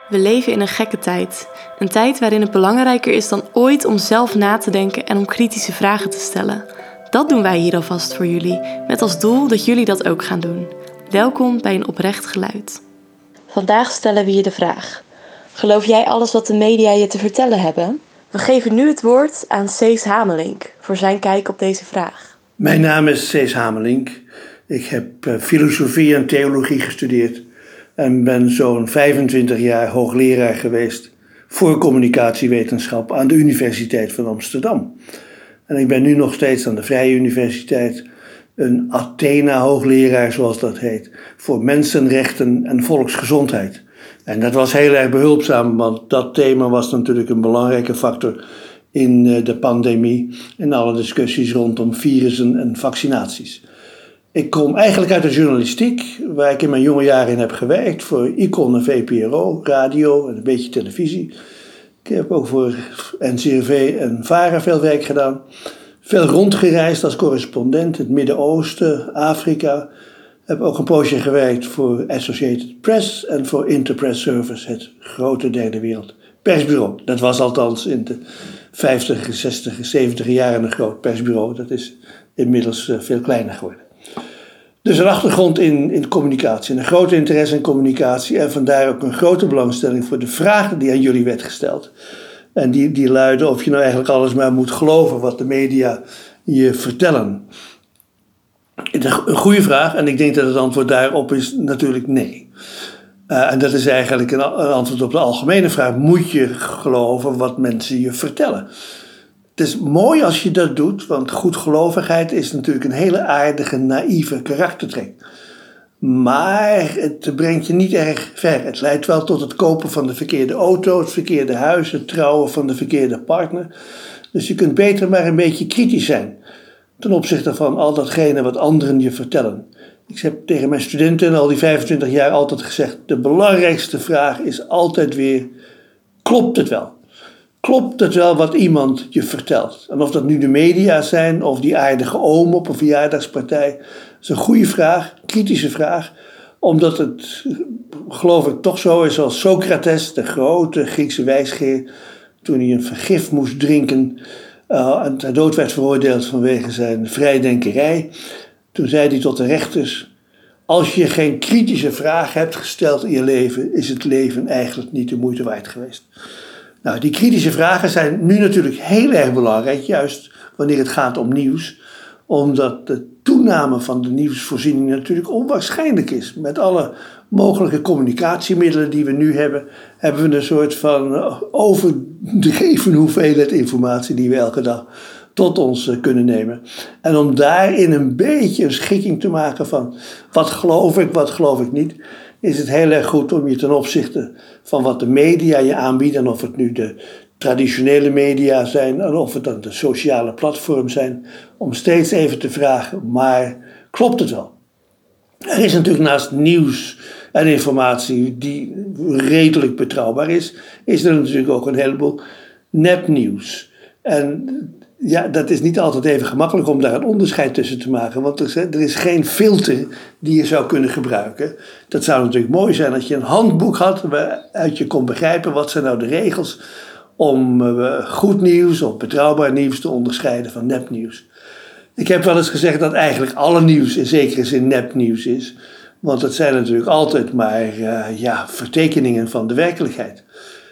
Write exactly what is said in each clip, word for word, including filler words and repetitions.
We leven in een gekke tijd. Een tijd waarin het belangrijker is dan ooit om zelf na te denken en om kritische vragen te stellen. Dat doen wij hier alvast voor jullie, met als doel dat jullie dat ook gaan doen. Welkom bij een oprecht geluid. Vandaag stellen we je de vraag: geloof jij alles wat de media je te vertellen hebben? We geven nu het woord aan Cees Hamelink voor zijn kijk op deze vraag. Mijn naam is Cees Hamelink. Ik heb uh, filosofie en theologie gestudeerd en ben zo'n vijfentwintig jaar hoogleraar geweest voor communicatiewetenschap aan de Universiteit van Amsterdam. En ik ben nu nog steeds aan de Vrije Universiteit een Athena-hoogleraar, zoals dat heet, voor mensenrechten en volksgezondheid. En dat was heel erg behulpzaam, want dat thema was natuurlijk een belangrijke factor in de pandemie en alle discussies rondom virussen en vaccinaties. Ik kom eigenlijk uit de journalistiek, waar ik in mijn jonge jaren in heb gewerkt, voor Icon en V P R O, radio en een beetje televisie. Ik heb ook voor N C R V en VARA veel werk gedaan. Veel rondgereisd als correspondent in het Midden-Oosten, Afrika. Heb ook een poosje gewerkt voor Associated Press en voor Interpress Service, het grote derde wereld persbureau. Dat was althans in de vijftiger, zestiger, zeventiger jaren een groot persbureau. Dat is inmiddels veel kleiner geworden. Dus een achtergrond in, in communicatie, een grote interesse in communicatie en vandaar ook een grote belangstelling voor de vragen die aan jullie werd gesteld. En die, die luiden of je nou eigenlijk alles maar moet geloven wat de media je vertellen. Een goede vraag en ik denk dat het antwoord daarop is natuurlijk nee. Uh, en dat is eigenlijk een, een antwoord op de algemene vraag. Moet je geloven wat mensen je vertellen? Het is mooi als je dat doet, want goedgelovigheid is natuurlijk een hele aardige, naïeve karaktertrek. Maar het brengt je niet erg ver. Het leidt wel tot het kopen van de verkeerde auto, het verkeerde huis, het trouwen van de verkeerde partner. Dus je kunt beter maar een beetje kritisch zijn ten opzichte van al datgene wat anderen je vertellen. Ik heb tegen mijn studenten al die vijfentwintig jaar altijd gezegd: de belangrijkste vraag is altijd weer: klopt het wel? Klopt het wel wat iemand je vertelt? En of dat nu de media zijn of die aardige oom op een verjaardagspartij, is een goede vraag, kritische vraag, omdat het, geloof ik, toch zo is als Socrates, de grote Griekse wijsgeer, toen hij een vergif moest drinken uh, en ter dood werd veroordeeld vanwege zijn vrijdenkerij. Toen zei hij tot de rechters: als je geen kritische vraag hebt gesteld in je leven, is het leven eigenlijk niet de moeite waard geweest. Nou, die kritische vragen zijn nu natuurlijk heel erg belangrijk, juist wanneer het gaat om nieuws, omdat de toename van de nieuwsvoorziening natuurlijk onwaarschijnlijk is. Met alle mogelijke communicatiemiddelen die we nu hebben, hebben we een soort van overdreven hoeveelheid informatie die we elke dag tot ons kunnen nemen. En om daarin een beetje een schikking te maken van wat geloof ik, wat geloof ik niet, is het heel erg goed om je ten opzichte van wat de media je aanbieden, of het nu de traditionele media zijn, en of het dan de sociale platforms zijn, om steeds even te vragen: maar klopt het wel? Er is natuurlijk naast nieuws en informatie die redelijk betrouwbaar is, is er natuurlijk ook een heleboel nepnieuws. En ja, dat is niet altijd even gemakkelijk om daar een onderscheid tussen te maken, want er is, er is geen filter die je zou kunnen gebruiken. Dat zou natuurlijk mooi zijn als je een handboek had waaruit je kon begrijpen wat zijn nou de regels om uh, goed nieuws of betrouwbaar nieuws te onderscheiden van nepnieuws. Ik heb wel eens gezegd dat eigenlijk alle nieuws in zekere zin nepnieuws is, want het zijn natuurlijk altijd maar uh, ja, vertekeningen van de werkelijkheid.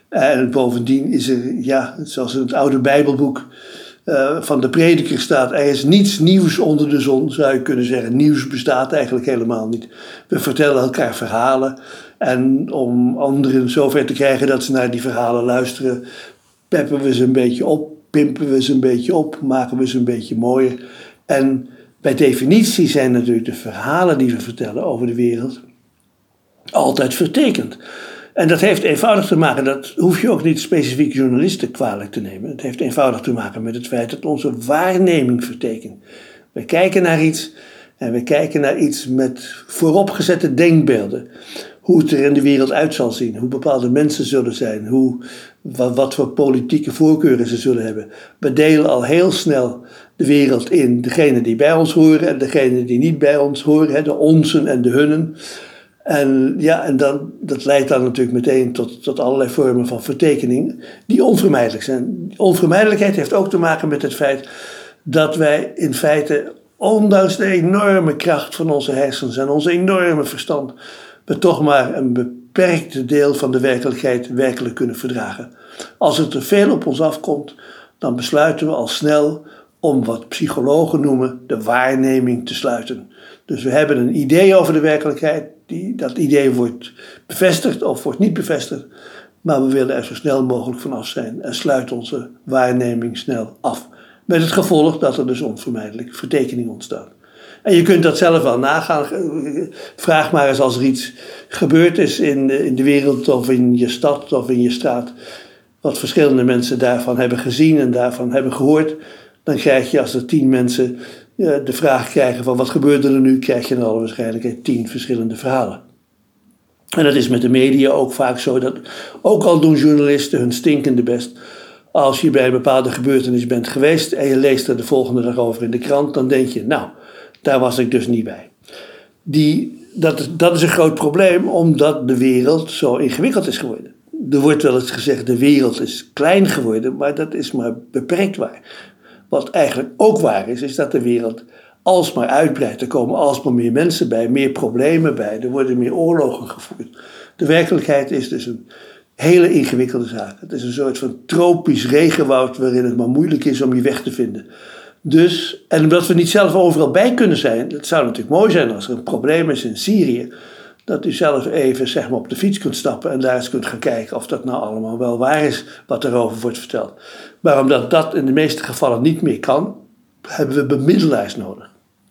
En bovendien is er, ja, zoals in het oude Bijbelboek Uh, van de prediker staat: er is niets nieuws onder de zon, zou je kunnen zeggen. Nieuws bestaat eigenlijk helemaal niet. We vertellen elkaar verhalen en om anderen zover te krijgen dat ze naar die verhalen luisteren, peppen we ze een beetje op, pimpen we ze een beetje op, maken we ze een beetje mooier. En bij definitie zijn natuurlijk de verhalen die we vertellen over de wereld altijd vertekend. En dat heeft eenvoudig te maken, dat hoef je ook niet specifiek journalisten kwalijk te nemen. Het heeft eenvoudig te maken met het feit dat onze waarneming vertekent. We kijken naar iets en we kijken naar iets met vooropgezette denkbeelden. Hoe het er in de wereld uit zal zien, hoe bepaalde mensen zullen zijn, hoe, wat, wat voor politieke voorkeuren ze zullen hebben. We delen al heel snel de wereld in degenen die bij ons horen en degenen die niet bij ons horen, de onzen en de hunnen. En ja, en dan, dat leidt dan natuurlijk meteen tot, tot allerlei vormen van vertekening die onvermijdelijk zijn. Onvermijdelijkheid heeft ook te maken met het feit dat wij in feite, ondanks de enorme kracht van onze hersens en onze enorme verstand, we toch maar een beperkte deel van de werkelijkheid werkelijk kunnen verdragen. Als er te veel op ons afkomt, dan besluiten we al snel om wat psychologen noemen de waarneming te sluiten. Dus we hebben een idee over de werkelijkheid, die, dat idee wordt bevestigd of wordt niet bevestigd, maar we willen er zo snel mogelijk vanaf zijn en sluiten onze waarneming snel af. Met het gevolg dat er dus onvermijdelijk vertekening ontstaat. En je kunt dat zelf wel nagaan. Vraag maar eens als er iets gebeurd is in, in de wereld of in je stad of in je straat, wat verschillende mensen daarvan hebben gezien en daarvan hebben gehoord. Dan krijg je, als er tien mensen de vraag krijgen van wat gebeurde er nu, krijg je dan alle waarschijnlijkheid tien verschillende verhalen. En dat is met de media ook vaak zo, dat ook al doen journalisten hun stinkende best, als je bij een bepaalde gebeurtenis bent geweest en je leest er de volgende dag over in de krant, dan denk je, nou, daar was ik dus niet bij. Die, dat, dat is een groot probleem, omdat de wereld zo ingewikkeld is geworden. Er wordt wel eens gezegd, de wereld is klein geworden, maar dat is maar beperkt waar. Wat eigenlijk ook waar is, is dat de wereld alsmaar uitbreidt. Er komen alsmaar meer mensen bij, meer problemen bij, er worden meer oorlogen gevoerd. De werkelijkheid is dus een hele ingewikkelde zaak. Het is een soort van tropisch regenwoud waarin het maar moeilijk is om je weg te vinden. Dus, en omdat we niet zelf overal bij kunnen zijn, het zou natuurlijk mooi zijn als er een probleem is in Syrië, dat u zelf even zeg maar, op de fiets kunt stappen en daar eens kunt gaan kijken of dat nou allemaal wel waar is wat erover wordt verteld. Maar omdat dat in de meeste gevallen niet meer kan, hebben we bemiddelaars nodig.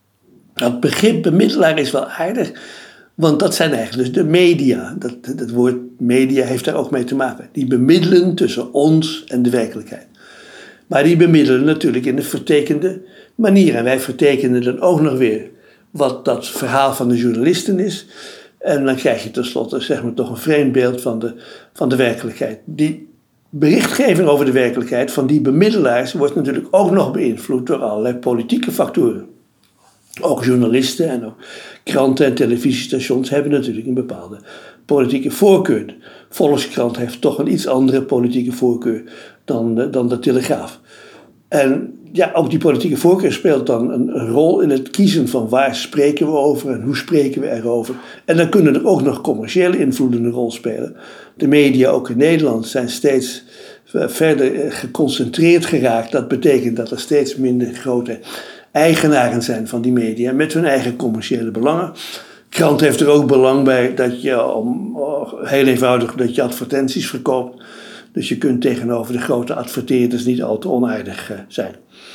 Het begrip bemiddelaar is wel aardig, want dat zijn eigenlijk dus de media. Dat, dat woord media heeft daar ook mee te maken. Die bemiddelen tussen ons en de werkelijkheid. Maar die bemiddelen natuurlijk in een vertekende manier. En wij vertekenen dan ook nog weer wat dat verhaal van de journalisten is. En dan krijg je tenslotte zeg maar, toch een vreemd beeld van de, van de werkelijkheid. Die berichtgeving over de werkelijkheid van die bemiddelaars wordt natuurlijk ook nog beïnvloed door allerlei politieke factoren. Ook journalisten en ook kranten en televisiestations hebben natuurlijk een bepaalde politieke voorkeur. Volkskrant heeft toch een iets andere politieke voorkeur dan de, dan de Telegraaf. En ja, ook die politieke voorkeur speelt dan een, een rol in het kiezen van waar spreken we over en hoe spreken we erover. En dan kunnen er ook nog commerciële invloeden een rol spelen. De media, ook in Nederland, zijn steeds verder geconcentreerd geraakt. Dat betekent dat er steeds minder grote eigenaren zijn van die media met hun eigen commerciële belangen. Krant heeft er ook belang bij dat je, om, heel eenvoudig, dat je advertenties verkoopt. Dus je kunt tegenover de grote adverteerders niet al te onaardig zijn.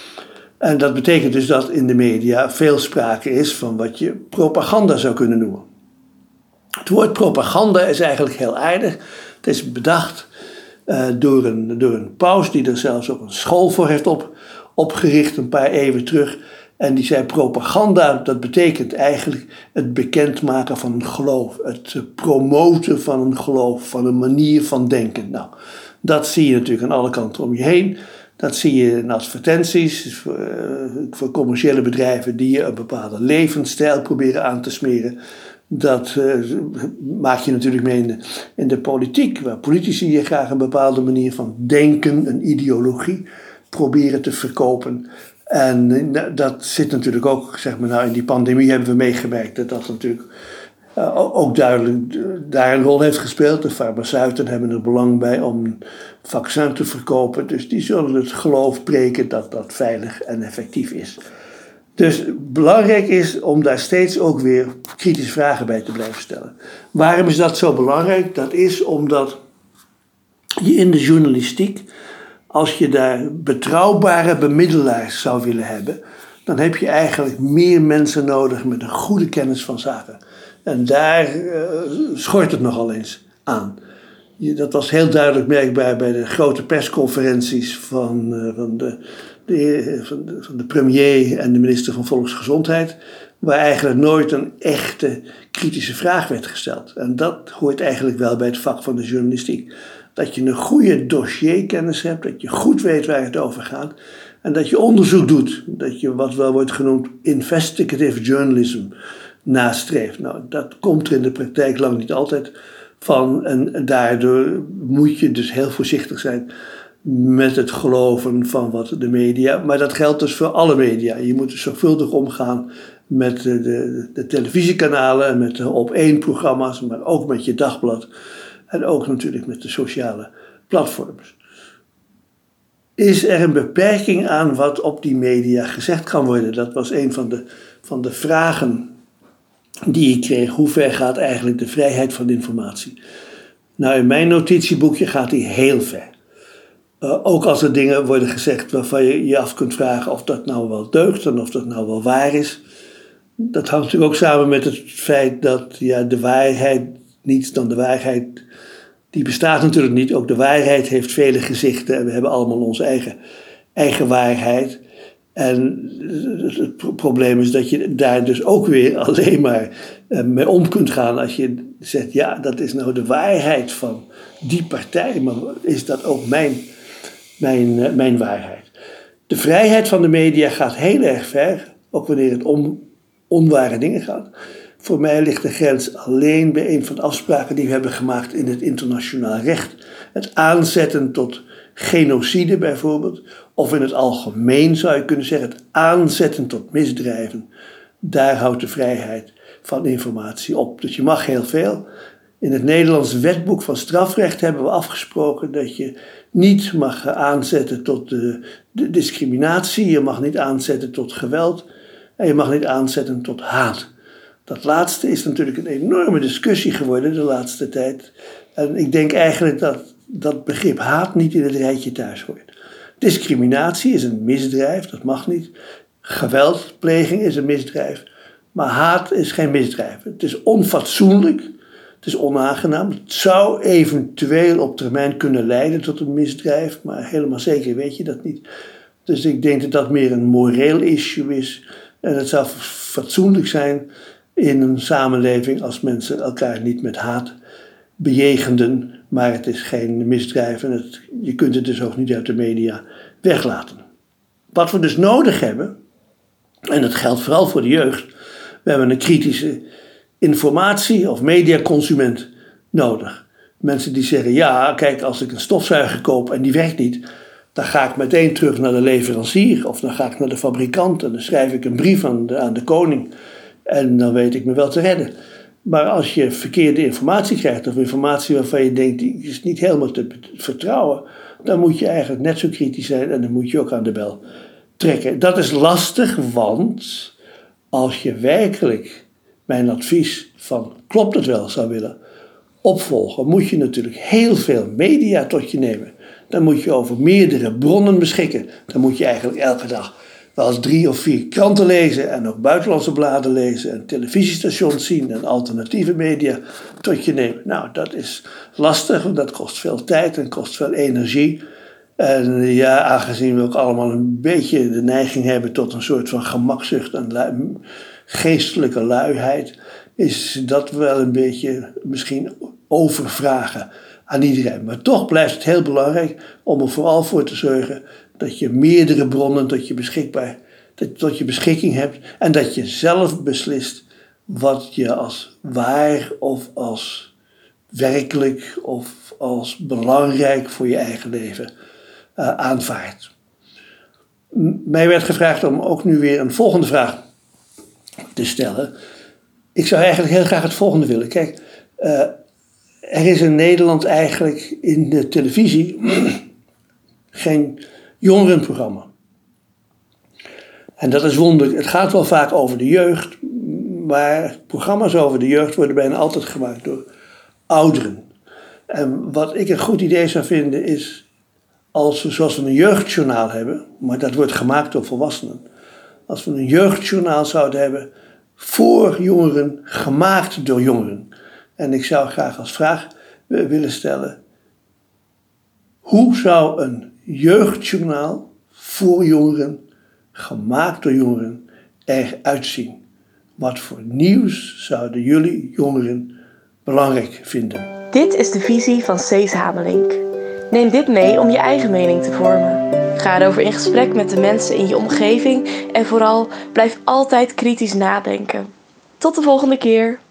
En dat betekent dus dat in de media veel sprake is van wat je propaganda zou kunnen noemen. Het woord propaganda is eigenlijk heel aardig. Het is bedacht uh, door, een, door een paus die er zelfs ook een school voor heeft op, opgericht een paar eeuwen terug. En die zei propaganda, dat betekent eigenlijk het bekendmaken van een geloof. Het promoten van een geloof, van een manier van denken. Nou, dat zie je natuurlijk aan alle kanten om je heen. Dat zie je in advertenties voor, uh, voor commerciële bedrijven die je een bepaalde levensstijl proberen aan te smeren. Dat uh, maak je natuurlijk mee in de, in de politiek, waar politici je graag een bepaalde manier van denken, een ideologie, proberen te verkopen. En dat zit natuurlijk ook, zeg maar nou in die pandemie hebben we meegemerkt dat dat natuurlijk uh, ook duidelijk daar een rol heeft gespeeld. De farmaceuten hebben er belang bij om een vaccin te verkopen. Dus die zullen het geloof preken dat dat veilig en effectief is. Dus belangrijk is om daar steeds ook weer kritische vragen bij te blijven stellen. Waarom is dat zo belangrijk? Dat is omdat je in de journalistiek, als je daar betrouwbare bemiddelaars zou willen hebben, dan heb je eigenlijk meer mensen nodig met een goede kennis van zaken. En daar uh, schort het nogal eens aan. Je, dat was heel duidelijk merkbaar bij de grote persconferenties van, uh, van, de, de, van, de, van de premier en de minister van Volksgezondheid, waar eigenlijk nooit een echte kritische vraag werd gesteld. En dat hoort eigenlijk wel bij het vak van de journalistiek. Dat je een goede dossierkennis hebt, dat je goed weet waar het over gaat en dat je onderzoek doet. Dat je wat wel wordt genoemd investigative journalism. nastreeft. Nou, dat komt er in de praktijk lang niet altijd van. En daardoor moet je dus heel voorzichtig zijn met het geloven van wat de media. Maar dat geldt dus voor alle media. Je moet dus zorgvuldig omgaan met de, de, de televisiekanalen en met de op één programma's, maar ook met je dagblad. En ook natuurlijk met de sociale platforms. Is er een beperking aan wat op die media gezegd kan worden? Dat was een van de, van de vragen die ik kreeg. Hoe ver gaat eigenlijk de vrijheid van informatie? Nou, in mijn notitieboekje gaat die heel ver. Uh, ook als er dingen worden gezegd waarvan je je af kunt vragen of dat nou wel deugt en of dat nou wel waar is. Dat hangt natuurlijk ook samen met het feit dat ja, de waarheid, niets dan de waarheid, die bestaat natuurlijk niet. Ook de waarheid heeft vele gezichten en we hebben allemaal onze eigen, eigen waarheid. En het probleem is dat je daar dus ook weer alleen maar mee om kunt gaan als je zegt, ja, dat is nou de waarheid van die partij, maar is dat ook mijn, mijn, mijn waarheid? De vrijheid van de media gaat heel erg ver, ook wanneer het om onware dingen gaat. Voor mij ligt de grens alleen bij een van de afspraken die we hebben gemaakt in het internationaal recht. Het aanzetten tot genocide bijvoorbeeld, of in het algemeen zou je kunnen zeggen het aanzetten tot misdrijven. Daar houdt de vrijheid van informatie op. Dus je mag heel veel. In het Nederlands wetboek van strafrecht hebben we afgesproken dat je niet mag aanzetten tot de, de discriminatie, je mag niet aanzetten tot geweld en je mag niet aanzetten tot haat. Dat laatste is natuurlijk een enorme discussie geworden de laatste tijd. En ik denk eigenlijk dat dat begrip haat niet in het rijtje thuis hoort. Discriminatie is een misdrijf, dat mag niet. Geweldpleging is een misdrijf. Maar haat is geen misdrijf. Het is onfatsoenlijk, het is onaangenaam. Het zou eventueel op termijn kunnen leiden tot een misdrijf, maar helemaal zeker weet je dat niet. Dus ik denk dat dat meer een moreel issue is. En het zou fatsoenlijk zijn in een samenleving als mensen elkaar niet met haat bejegenden, maar het is geen misdrijf en het, je kunt het dus ook niet uit de media weglaten. Wat we dus nodig hebben, en dat geldt vooral voor de jeugd, we hebben een kritische informatie- of mediaconsument nodig. Mensen die zeggen, ja, kijk, als ik een stofzuiger koop en die werkt niet, dan ga ik meteen terug naar de leverancier of dan ga ik naar de fabrikant en dan schrijf ik een brief aan de, aan de koning en dan weet ik me wel te redden. Maar als je verkeerde informatie krijgt of informatie waarvan je denkt die is niet helemaal te vertrouwen, dan moet je eigenlijk net zo kritisch zijn en dan moet je ook aan de bel trekken. Dat is lastig, want als je werkelijk mijn advies van klopt het wel zou willen opvolgen, moet je natuurlijk heel veel media tot je nemen. Dan moet je over meerdere bronnen beschikken. Dan moet je eigenlijk elke dag wel eens drie of vier kranten lezen en ook buitenlandse bladen lezen en televisiestations zien en alternatieve media tot je nemen. Nou, dat is lastig, want dat kost veel tijd en kost veel energie. En ja, aangezien we ook allemaal een beetje de neiging hebben tot een soort van gemakzucht en lui, geestelijke luiheid, is dat wel een beetje misschien overvragen aan iedereen. Maar toch blijft het heel belangrijk om er vooral voor te zorgen dat je meerdere bronnen tot je, beschikbaar, tot je beschikking hebt en dat je zelf beslist wat je als waar of als werkelijk of als belangrijk voor je eigen leven uh, aanvaardt. Mij werd gevraagd om ook nu weer een volgende vraag te stellen. Ik zou eigenlijk heel graag het volgende willen. Kijk, uh, er is in Nederland eigenlijk in de televisie geen jongerenprogramma. En dat is wonderlijk. Het gaat wel vaak over de jeugd, maar programma's over de jeugd worden bijna altijd gemaakt door ouderen. En wat ik een goed idee zou vinden is, als we zoals we een jeugdjournaal hebben, maar dat wordt gemaakt door volwassenen. Als we een jeugdjournaal zouden hebben voor jongeren, gemaakt door jongeren. En ik zou graag als vraag willen stellen, hoe zou een jeugdjournaal voor jongeren, gemaakt door jongeren, eruit zien? Wat voor nieuws zouden jullie jongeren belangrijk vinden? Dit is de visie van Cees Hamelink. Neem dit mee om je eigen mening te vormen. Ga erover in gesprek met de mensen in je omgeving en vooral blijf altijd kritisch nadenken. Tot de volgende keer!